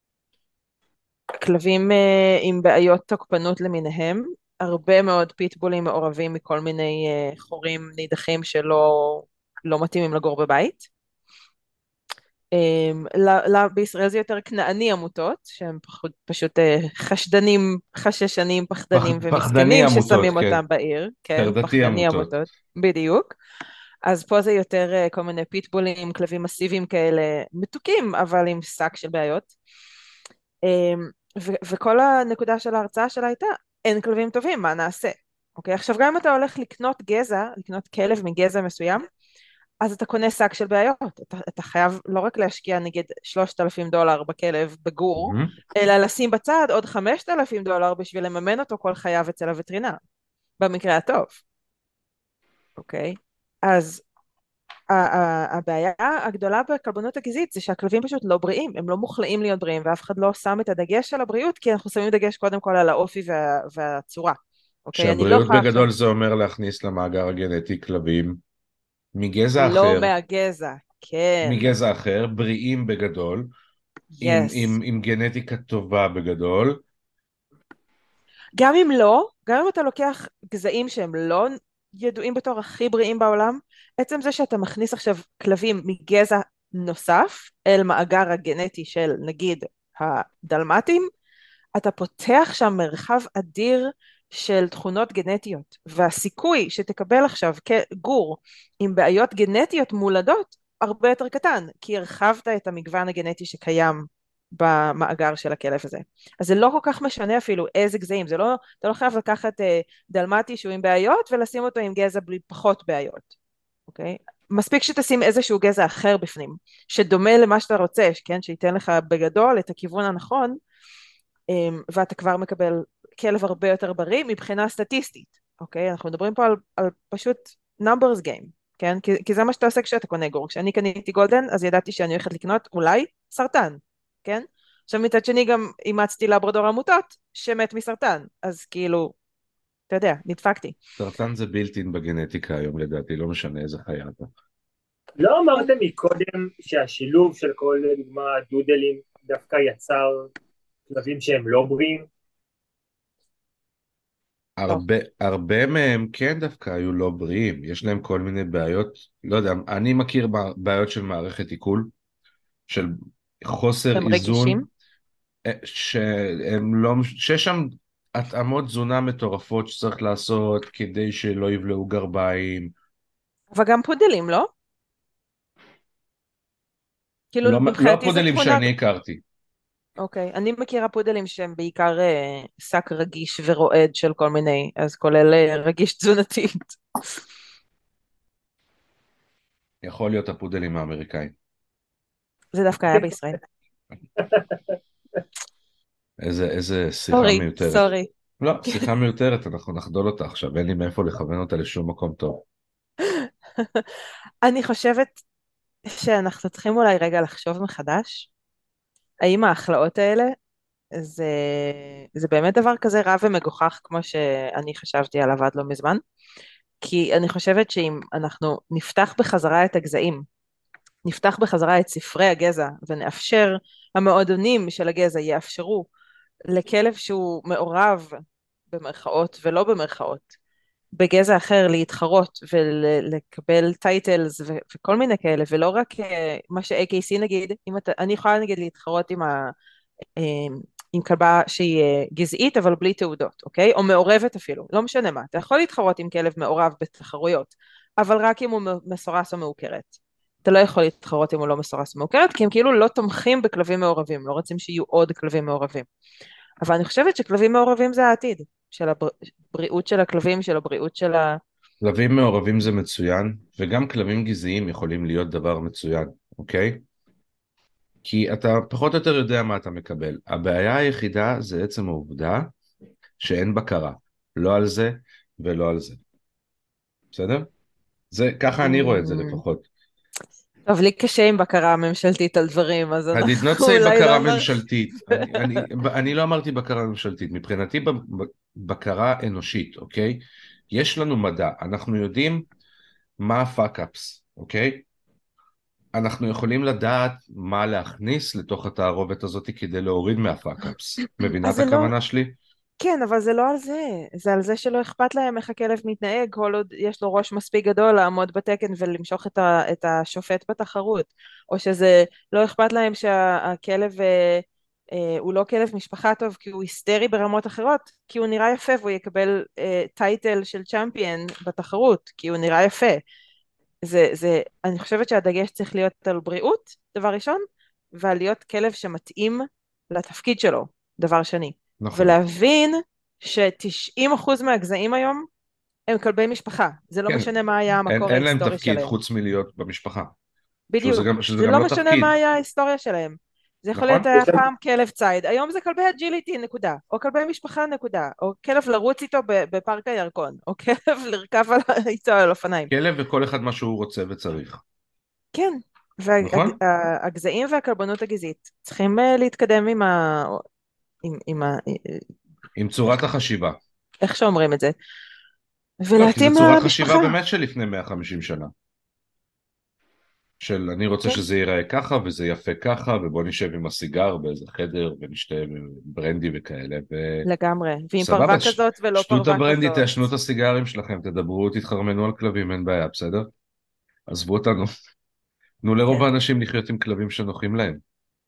כלבים עם בעיות תוקפנות למיניהם, הרבה מאוד פיטבולים מעורבים מכל מיני חורים נידחים לא מתאימים לגור בבית. בישראל זה יותר כנעני עמותות, שהם פשוט חשדנים, חששנים, פחדנים פחדני ומסכנים עמותות, ששמים כן. אותם בעיר, כן, חרדתי פחדני עמותות. עמותות, בדיוק. אז פה זה יותר כל מיני פיטבולים, כלבים מסיביים כאלה, מתוקים, אבל עם שק של בעיות. וכל הנקודה של ההרצאה שלה הייתה, אין כלבים טובים, מה נעשה? אוקיי, עכשיו גם אם אתה הולך לקנות גזע, לקנות כלב מגזע מסוים, אז אתה קונה שק של בעיות, אתה חייב לא רק להשקיע נגיד $3,000 בכלב בגור, מהמם. אלא לשים בצד עוד $5,000 בשביל לממן אותו כל חייו אצל הווטרינר, במקרה הטוב. אוקיי? אז הבעיה הגדולה בכלבנות הגזעית זה שהכלבים פשוט לא בריאים, הם לא מוכלאים להיות בריאים, ואף אחד לא שם את הדגש על הבריאות, כי אנחנו שמים דגש קודם כל על האופי והצורה. אוקיי, אני לא שהבריאות יכולה עכשיו, בגדול זה אומר להכניס למאגר הגנטי כלבים מגזע לא אחר, מהגזע, כן, מגזע אחר, בריאים בגדול, יס. עם גנטיקה טובה בגדול. גם אם לא, גם אם אתה לוקח גזעים שהם לא ידועים בתור הכי בריאים בעולם, עצם זה שאתה מכניס עכשיו כלבים מגזע נוסף אל מאגר הגנטי של נגיד הדלמטים, אתה פותח שם מרחב אדיר של תכונות גנטיות, והסיכוי שתקבל עכשיו גור עם בעיות גנטיות מולדות הרבה יותר קטן, כי הרחבת את המגוון הגנטי שקיים במאגר של הכלב הזה. אז זה לא כל כך משנה אפילו איזה גזעים, זה לא, אתה לא חייב לקחת דלמטי שהוא עם בעיות ולשים אותו עם גזע בלי פחות בעיות, אוקיי? מספיק שתשים איזשהו גזע אחר בפנים, שדומה למה שאתה רוצה, כן? שייתן לך בגדול את הכיוון הנכון, ואתה כבר מקבל כלב הרבה יותר בריא מבחינה סטטיסטית, אוקיי? אנחנו מדברים פה על פשוט numbers game, כן? כי זה מה שאתה עושה כשאתה קונה גור. כשאני קניתי גולדן, אז ידעתי שאני הולכת לקנות אולי סרטן, כן? עכשיו מצד שני גם אימצתי לברדור עמותות שמת מסרטן, אז כאילו, אתה יודע, נדפקתי. סרטן זה בילטין בגנטיקה היום לדעתי, לא משנה איזה חיה אתה. לא אמרתם מקודם שהשילוב של כל דוגמה דודלים דווקא יצר כלבים שהם לא בריאים? לא. הרבה מהם כן דווקא היו לא בריאים, יש להם כל מיני בעיות, לא יודע, אני מכיר בעיות של מערכת עיכול, של חוסר הם איזון, רגישים? שיש שם התאמות תזונה מטורפות שצריך לעשות כדי שלא יבלעו גרביים. אבל גם פודלים, לא? כאילו לא מבחינתי זה הפודלים תכונה. שאני הכרתי. אוקיי, אני מכירה פודלים שהם בעיקר שק רגיש ורועד של כל מיני, אז כולל רגיש תזונתית. יכול להיות הפודלים האמריקאים. זה דווקא היה בישראל. איזה שיחה סורי, מיותרת. סורי. לא, שיחה מיותרת, אנחנו נחדול אותה עכשיו, אין לי מאיפה לכוון אותה לשום מקום טוב. אני חושבת שאנחנו צריכים אולי רגע לחשוב מחדש, האם ההכלאות האלה זה, זה באמת דבר כזה רע ומגוחך כמו שאני חשבתי עליו עד לא מזמן? כי אני חושבת שאם אנחנו נפתח בחזרה את הגזעים, נפתח בחזרה את ספרי הגזע ונאפשר, המועדונים של הגזע יאפשרו לכלב שהוא מעורב במרכאות ולא במרכאות, בגזע אחר להתחרות ולקבל טייטלס וכל מיני כאלה, ולא רק מה ש-AKC נגיד, אני יכולה נגיד להתחרות אה, עם כלבה שהיא גזעית אבל בלי תעודות, אוקיי? או מעורבת אפילו, לא משנה מה, אתה יכול להתחרות עם כלב מעורב בתחרויות, אבל רק אם הוא מסורס או מעוקרת. אתה לא יכול להתחרות אם הוא לא מסורס או מעוקרת, כי הם כאילו לא תומכים בכלבים מעורבים, לא רוצים שיהיו עוד כלבים מעורבים. אבל אני חושבת שכלבים מעורבים זה העתיד, של הבריאות של הכלבים, של הבריאות של כלבים מעורבים זה מצוין, וגם כלבים גזעיים יכולים להיות דבר מצוין, אוקיי? כי אתה פחות או יותר יודע מה אתה מקבל. הבעיה היחידה זה עצם העובדה שאין בקרה. לא על זה ולא על זה. בסדר? ככה אני רואה את זה לפחות. טוב, לי קשה עם בקרה ממשלתית על דברים, אז I did not אנחנו say אולי בקרה לא ממשלתית. אני לא אמרתי בקרה ממשלתית. מבחינתי בקרה אנושית, אוקיי? יש לנו מדע. אנחנו יודעים מה הפאק-אפס, אוקיי? אנחנו יכולים לדעת מה להכניס לתוך התערובת הזאת כדי להוריד מהפאק-אפס. מבינה אז את זה לא, הכוונה שלי? כן, אבל זה לא על זה, זה על זה שלא אכפת להם איך הכלב מתנהג, כל עוד יש לו ראש מספיק גדול לעמוד בתקן ולמשוך את השופט בתחרות, או שזה לא אכפת להם שהכלב הוא לא כלב משפחה טוב כי הוא היסטרי ברמות אחרות, כי הוא נראה יפה והוא יקבל טייטל של צ'אמפיין בתחרות, כי הוא נראה יפה. אני חושבת שהדגש צריך להיות על בריאות, דבר ראשון, ועל להיות כלב שמתאים לתפקיד שלו, דבר שני. נכון. ולהבין ש90% מהגזעים היום הם כלבי משפחה. זה לא כן, משנה מה היה המקור אין להם ההיסטורי תפקיד שלהם. חוץ מלהיות במשפחה. בדיוק. שזה זה גם לא לא משנה תפקיד, מה היה ההיסטוריה שלהם. זה יכול נכון? להיות היה פעם כלב ציד, היום זה כלבי אג'יליטי נקודה, או כלבי משפחה נקודה, או כלב לרוץ איתו בפארק הירקון, או כלב לרכב איתו על אופניים. כלב וכל אחד מה שהוא רוצה וצריך. כן, נכון? והגזעים והכלבנות הגזעית צריכים להתקדם עם עם צורת החשיבה. איך שאומרים את זה, לא, כי זו ולהתאים צורת חשיבה למשפחה. באמת של לפני 150 שנה. של אני רוצה כן, שזה ייראה ככה וזה יפה ככה, ובוא נשב עם הסיגר באיזה חדר ונשתה ברנדי וכאלה, לגמרי, ועם וסבבה, פרווה כזאת ולא שתו את פרווה הברנדי, כזאת. תעשנו את הסיגרים שלכם, תדברו, תתחרמנו על כלבים, אין בעיה, בסדר? עזבו אותנו. תנו לרוב כן, האנשים לחיות עם כלבים שנוחים להם.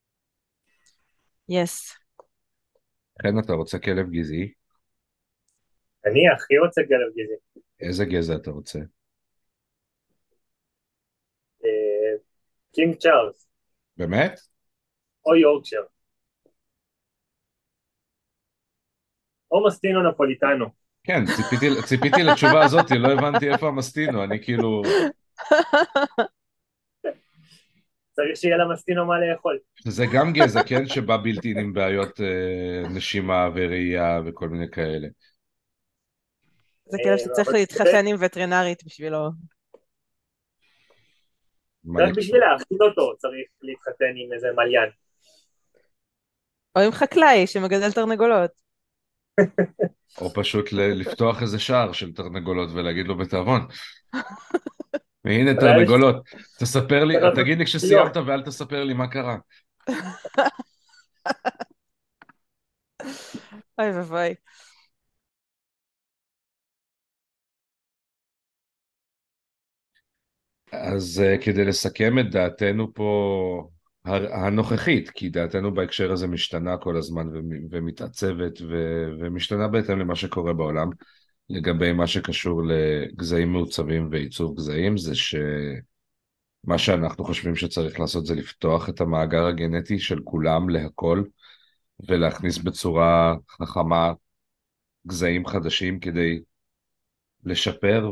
יס. לכן אתה רוצה כלב גזעי? אני הכי רוצה כלב גזעי. איזה גזע אתה רוצה? קינג צ'ארלס, באמת? או יורקשייר, או מסטינו נפוליטנו. כן, ציפיתי לתשובה הזאת, לא הבנתי איפה המסטינו, אני כאילו... צריך שיהיה למסטינו מה לאכול. זה גם גזע, כן? שבא בלתי עם בעיות נשימה וראייה וכל מיני כאלה. זה כלב שצריך אבל להתחתן עם וטרינרית בשבילו. מה רק יש? בשביל להאכיל אותו צריך להתחתן עם איזה מליין. או עם חקלאי שמגדל תרנגולות. או פשוט לפתוח איזה שער של תרנגולות ולהגיד לו בתיאבון. והנה אבל היה תרנגולות, תספר לי, צריך לעשות תגיד לי סיוע. כשסיימת ואל תספר לי מה קרה. אוי ואבוי. אז כדי לסכם את דעתנו פה הנוכחית, כי דעתנו בהקשר הזה משתנה כל הזמן ומתעצבת ומשתנה בהתאם למה שקורה בעולם, לגבי מה שקשור לגזעים מעוצבים ועיצוב גזעים, זה שמה שאנחנו חושבים שצריך לעשות זה לפתוח את המאגר הגנטי של כולם להכל, ולהכניס בצורה חכמה גזעים חדשים כדי לשפר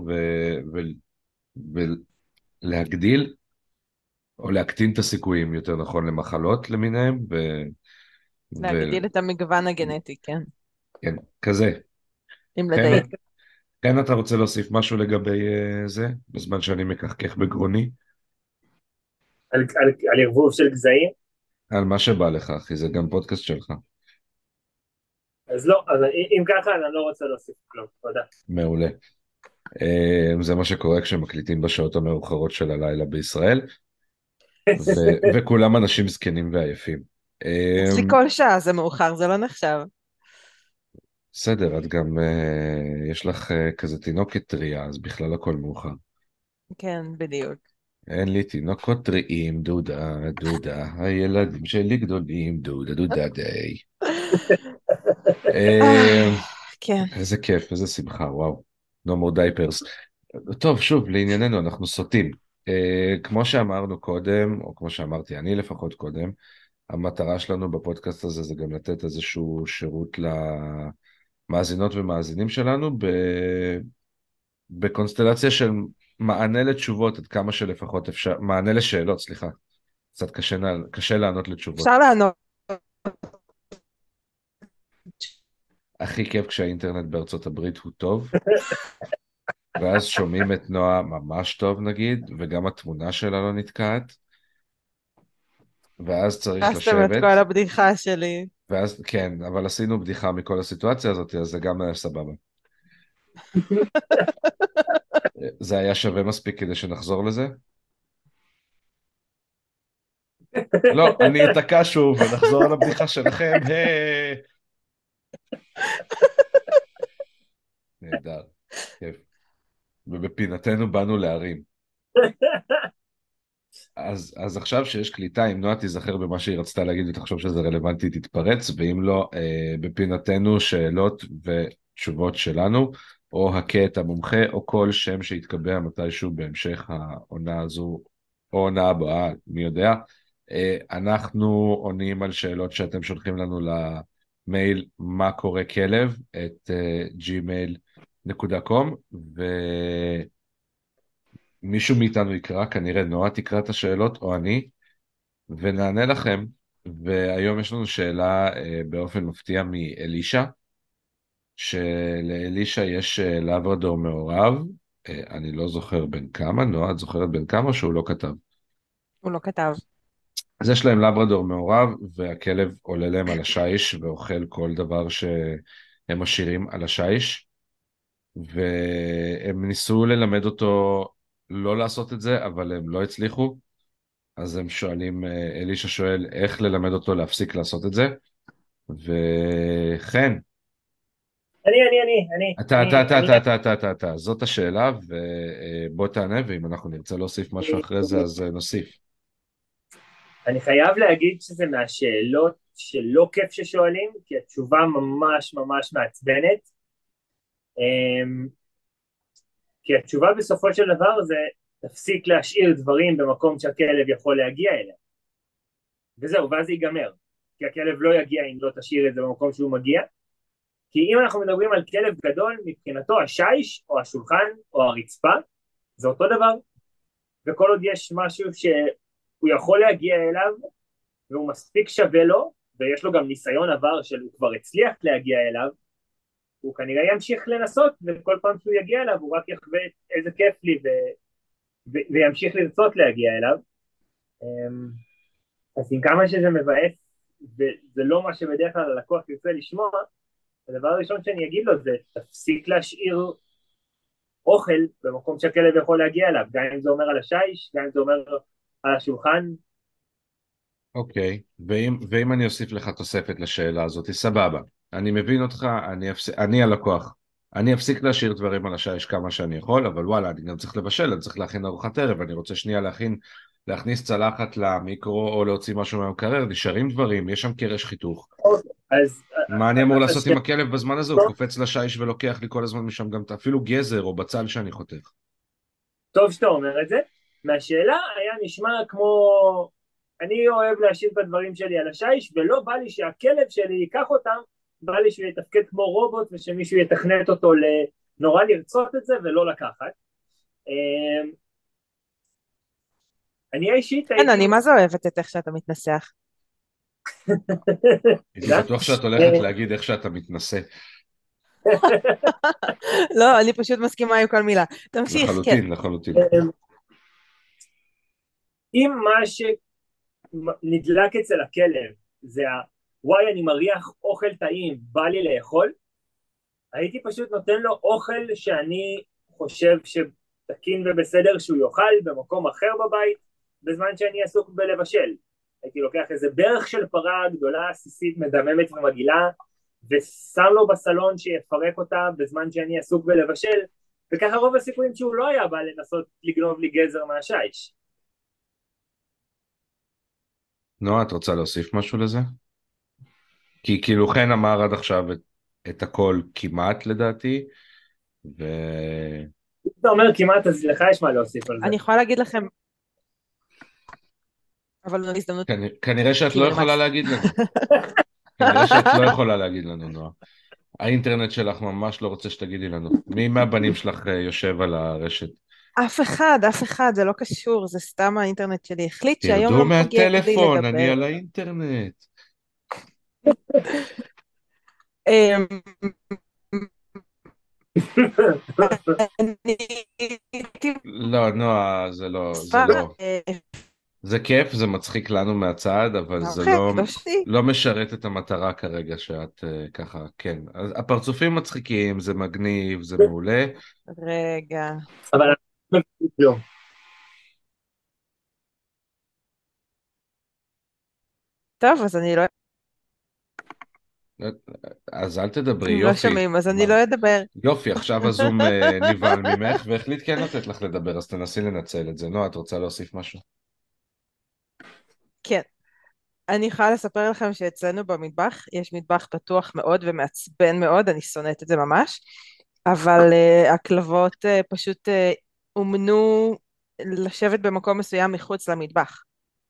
ולהגדיל או להקטין את הסיכויים, יותר נכון, למחלות למיניהם, להגדיל את המגוון הגנטי, כן. כן, כזה. עם כן, לדייק. כן, אתה רוצה להוסיף משהו לגבי זה, בזמן שאני מקחקח בגרוני? על ערבוב של גזעים. על מה שבא לך, אחי, זה גם פודקאסט שלך. אז לא, אז אם ככה אז אני לא רוצה להוסיף כלום, תודה. מעולה. זה מה שקורה כשמקליטים בשעות המאוחרות של הלילה בישראל, וכולם אנשים זקנים ועייפים. אצלי כל שעה זה מאוחר, זה לא נחשב. בסדר, את גם, יש לך כזה תינוקת טריה, אז בכלל הכל מאוחר. כן, בדיוק. אין לי תינוקות טריים, דודה, דודה, הילדים שלי גדולים, דודה, דודה די. אה, כן. איזה כיף, איזה שמחה, וואו. No more diapers. טוב, שוב, לענייננו, אנחנו סוטים. כמו שאמרנו קודם, או כמו שאמרתי אני לפחות קודם, המטרה שלנו בפודקאסט הזה זה גם לתת איזשהו שירות למאזינות ומאזינים שלנו בקונסטלציה של מענה לתשובות, עד כמה שלפחות אפשר, מענה לשאלות, סליחה. קצת קשה לענות לתשובות. אפשר לענות. הכי כיף כשהאינטרנט בארצות הברית הוא טוב, ואז שומעים את נועה ממש טוב נגיד, וגם התמונה שלה לא נתקעת, ואז צריך הרסתם את לשבת, כל הבדיחה שלי. ואז כן, אבל עשינו בדיחה מכל הסיטואציה הזאת, אז זה גם היה סבבה. זה היה שווה מספיק כדי שנחזור לזה? לא, אני אתקע שוב ונחזור על הבדיחה שלכם, היי! נהדר, כיף. ובפינתנו באנו להרים. אז עכשיו שיש קליטה, אם נועה תיזכר במה שהיא רצתה להגיד ותחשוב שזה רלוונטי, תתפרץ, ואם לא, בפינתנו שאלות ותשובות שלנו, או הקט המומחה, או כל שם שיתקבע מתישהו בהמשך העונה הזו, או עונה הבאה, מי יודע. אנחנו עונים על שאלות שאתם שולחים לנו למייל מה קורה כלב, את gmail.com, מישהו מאיתנו יקרא, כנראה נועה תקרא את השאלות או אני, ונענה לכם. והיום יש לנו שאלה באופן מפתיע מאלישה, שלאלישה יש לברדור מעורב, אני לא זוכר בן כמה, נועה את זוכרת בן כמה שהוא לא כתב? הוא לא כתב. אז יש להם לברדור מעורב, והכלב עולה להם על השיש ואוכל כל דבר שהם משאירים על השיש, והם ניסו ללמד אותו לא לעשות את זה, אבל הם לא הצליחו. אז הם שואלים, אלישע שואל איך ללמד אותו להפסיק לעשות את זה, וכן, אתה, זאת השאלה, ובוא תענה, ואם אנחנו נרצה להוסיף משהו אחרי זה, אז נוסיף. אני חייב להגיד שזה מהשאלות שלא כיף ששואלים, כי התשובה ממש ממש מעצבנת. כי התשובה בסופו של דבר זה תפסיק להשאיר דברים במקום שהכלב יכול להגיע אליה. וזהו, ואז זה ייגמר. כי הכלב לא יגיע אם לא תשאיר את זה במקום שהוא מגיע. כי אם אנחנו מדברים על כלב גדול, מבחינתו השיש או השולחן או הרצפה, זה אותו דבר. וכל עוד יש משהו שהוא יכול להגיע אליו, והוא מספיק שווה לו, ויש לו גם ניסיון עבר שהוא כבר הצליח להגיע אליו, הוא כנראה ימשיך לנסות, וכל פעם שהוא יגיע אליו הוא רק יחווה איזה כיף לי, וימשיך לרצות להגיע אליו. אז עם כמה שזה מבאס, וזה לא מה שבדרך כלל הלקוח ירצה לשמוע, הדבר הראשון שאני אגיד לו זה, תפסיק להשאיר אוכל במקום שהכלב יכול להגיע אליו, גם אם זה אומר על השיש, גם אם זה אומר על השולחן. אוקיי, ואם אני אוסיף לך תוספת לשאלה הזאת, סבבה, אני מבין אותך, אני הלקוח, אני אפסיק להשאיר דברים על השיש כמה שאני יכול, אבל וואלה, אני גם צריך לבשל, אני צריך להכין ארוחת ערב, אני רוצה שנייה להכניס צלחת למיקרו, או להוציא משהו מהמקרר, נשארים דברים, יש שם קרש חיתוך. אז מה אני אמור לעשות עם הכלב בזמן הזה? הוא קופץ לשיש ולוקח לי כל הזמן משם גם אפילו גזר או בצל שאני חותך. טוב שאתה אומר את זה. מהשאלה היה נשמע כמו, אני אוהב להשאיר את הדברים שלי על השיש, ולא בא לי שהכלב שלי ייקח אותם, בא לי שהוא יתפקד כמו רובוט, ושמישהו יתכנת אותו נורא לרצות את זה ולא לקחת. אני אישית כן, אני מה זה אוהבת את איך שאתה מתנסח. אני בטוח שאת הולכת להגיד איך שאתה מתנסה. לא, אני פשוט מסכימה עם כל מילה. תמשיך, כן. לחלוטין. אם מה שנדלק אצל הכלב זה וואי אני מריח אוכל טעים, בא לי לאכול, הייתי פשוט נותן לו אוכל שאני חושב שתקין ובסדר שהוא יאכל במקום אחר בבית, בזמן שאני עסוק בלבשל. הייתי לוקח איזה ברך של פרה גדולה, עסיסית, מדממת ומגעילה, ושם לו בסלון שיפרק אותה בזמן שאני עסוק בלבשל, וככה רוב הסיכויים שהוא לא היה בא לנסות לגנוב לי גזר מהשיש. נועה, את רוצה להוסיף משהו לזה? כי כאילו חן אמר עד עכשיו את הכל כמעט לדעתי, אתה אומר כמעט, אז לך יש מה להוסיף על זה. אני יכולה להגיד לכם, אבל זו הזדמנות. כנראה שאת לא יכולה להגיד לנו. כנראה שאת לא יכולה להגיד לנו, נועה. האינטרנט שלך ממש לא רוצה שתגידי לנו. מי מהבנים שלך יושב על הרשת? אף אחד, זה לא קשור, זה סתם האינטרנט שלי. החליט שהיום תרדו לא מגיע כדי לדבר. מהטלפון, אני על האינטרנט. לא, נועה, זה לא. זה כיף, זה מצחיק לנו מהצד, אבל זה לא משרת את המטרה כרגע שאת ככה, כן. הפרצופים מצחיקים, זה מגניב, זה מעולה. רגע. אבל לא. טוב, אז אני לא... אז אל תדברי, יופי. לא שומעים, אז אני לא אדבר. יופי, עכשיו הזום נבהל ממך, והחליט כן לתת לך לדבר, אז תנסי לנצל את זה. נועה, את רוצה להוסיף משהו? כן. אני יכולה לספר לכם שאצלנו במטבח, יש מטבח פתוח מאוד ומעצבן מאוד, אני שונאת את זה ממש, אבל הכלבות פשוט אומנו לשבת במקום מסוים מחוץ למטבח.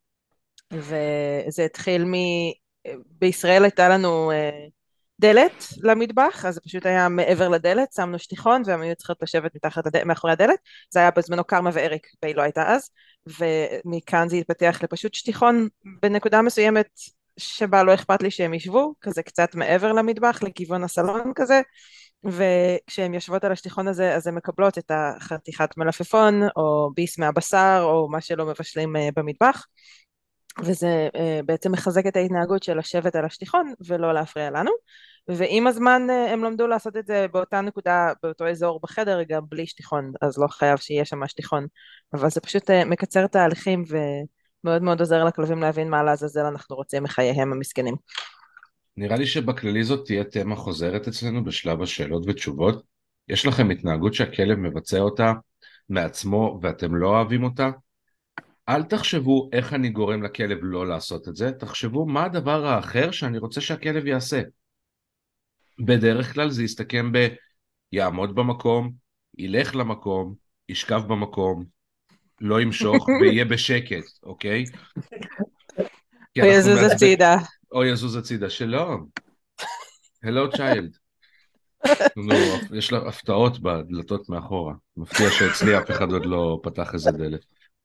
וזה התחיל בישראל הייתה לנו דלת למטבח, אז זה פשוט היה מעבר לדלת, שמנו שטיחון והם היו צריכות לשבת מאחורי הדלת, זה היה בזמנו קרמה ואריק, והיא לא הייתה אז, ומכאן זה התפתח לפשוט שטיחון בנקודה מסוימת שבה לא אכפת לי שהם ישבו, כזה קצת מעבר למטבח, לכיוון הסלון כזה, וכשהן יושבות על השטיחון הזה, אז הן מקבלות את החתיכת מלפפון, או ביס מהבשר, או מה שלא מבשלים במטבח, וזה בעצם מחזק את ההתנהגות של לשבת על השטיחון, ולא להפריע לנו. ועם הזמן הם למדו לעשות את זה באותה נקודה, באותו אזור בחדר, גם בלי שטיחון, אז לא חייב שיהיה שם שטיחון. אבל זה פשוט מקצר תהליכים, ומאוד מאוד עוזר לכלבים להבין מה לעזאזל אנחנו רוצים מחייהם המסכנים. נראה לי שבכללי זאת תהיה תמה חוזרת אצלנו בשלב השאלות ותשובות. יש לכם התנהגות שהכלב מבצע אותה מעצמו ואתם לא אוהבים אותה? אל תחשבו איך אני גורם לכלב לא לעשות את זה, תחשבו מה הדבר האחר שאני רוצה שהכלב יעשה. בדרך כלל זה יסתכם יעמוד במקום, ילך למקום, ישכב במקום, לא ימשוך ויהיה בשקט, אוקיי? כי או אנחנו יזוז הצידה. או יזוז הצידה, שלום. Hello child. יש לה הפתעות בדלתות מאחורה. מפתיע שאצלי אף אחד עוד לא פתח איזה דלת.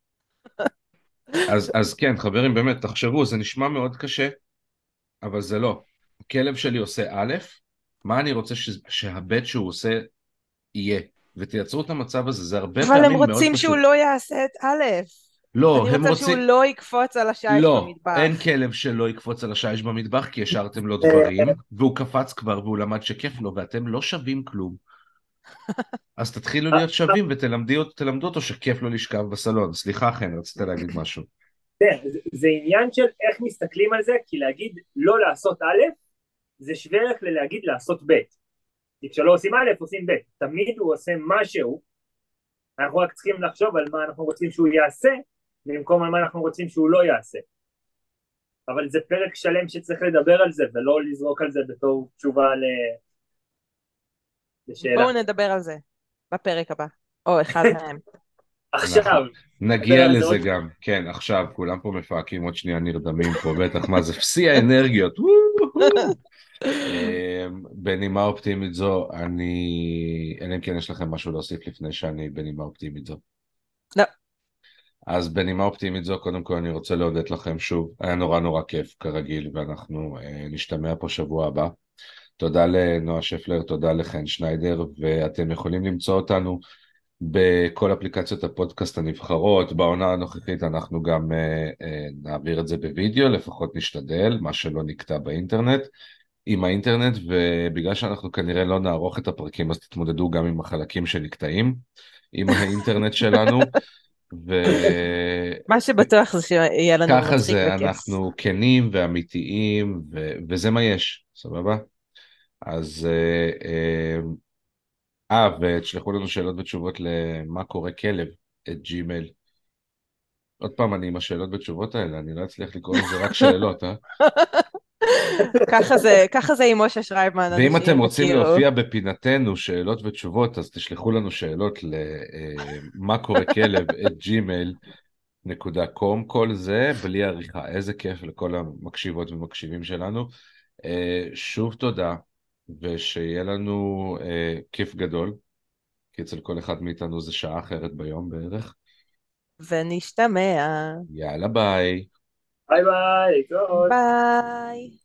אז כן, חברים, באמת, תחשבו, זה נשמע מאוד קשה, אבל זה לא. הכלב שלי עושה א', מה אני רוצה שהבית שהוא עושה יהיה, ותייצרו את המצב הזה, זה הרבה אבל הם פעמים מאוד רוצים שהוא פשוט. לא יעשה את א'. לא, אני הם רוצה שהוא רוצים, לא יקפוץ על השיש לא, אין במטבח. כלב שלא יקפוץ על השיש במטבח, כי השארתם לו דברים, והוא קפץ כבר והוא למד שכיף לו, ואתם לא שווים כלום. אז תתחילו להיות שווים ותלמדו אותו שכיף לו לשכב בסלון. סליחה, חן, רצית להגיד משהו. זה עניין של איך מסתכלים על זה, כי להגיד לא לעשות א', זה שווה ערך ללהגיד לעשות ב'. כי כשלא עושים א', עושים ב'. תמיד הוא עושה משהו, אנחנו רק צריכים לחשוב על מה אנחנו רוצים שהוא יעשה, במקום על מה אנחנו רוצים שהוא לא יעשה. אבל זה פרק שלם שצריך לדבר על זה, ולא לזרוק על זה בתור תשובה לשאלה. בואו נדבר על זה בפרק הבא, או אחד מהם. עכשיו. נגיע לזה גם, כן, עכשיו, כולם פה מפהקים, עוד שנייה נרדמים פה, בטח, מה זה, פסי האנרגיות. בנימה אופטימית זו, אלא אם כן יש לכם משהו להוסיף לפני שאני בנימה אופטימית זו. לא. אז בנימה אופטימית זו, קודם כל אני רוצה להודות לכם שוב, היה נורא נורא כיף כרגיל, ואנחנו נשתמע פה שבוע הבא. תודה לנועה שפלר, תודה לחן שניידר, ואתם יכולים למצוא אותנו בכל אפליקציות הפודקאסט הנבחרות. בעונה הנוכחית אנחנו גם נעביר את זה בווידאו, לפחות נשתדל, מה שלא נקטע באינטרנט. עם האינטרנט, ובגלל שאנחנו כנראה לא נערוך את הפרקים, אז תתמודדו גם עם החלקים שנקטעים עם האינטרנט שלנו. מה שבטוח זה שיהיה לנו מצחיק ככה זה, וכיף. אנחנו כנים ואמיתיים, וזה מה יש, סבבה? אז ותשלחו לנו שאלות ותשובות למה קורה כלב, את ג'ימייל. עוד פעם, אני עם השאלות ותשובות האלה, אני לא אצליח לקרוא לזה רק שאלות, אה? ככה זה עם משה שרייבמן. ואם אתם רוצים להופיע בפינתנו שאלות ותשובות, אז תשלחו לנו שאלות למה קורה כלב, את gmail.com, כל זה בלי עריכה. איזה כיף לכל המקשיבות ומקשיבים שלנו. שוב תודה, ושיהיה לנו כיף גדול, כי אצל כל אחד מאיתנו זה שעה אחרת ביום בערך. ונשתמע. יאללה ביי. ביי ביי, להתראות. ביי.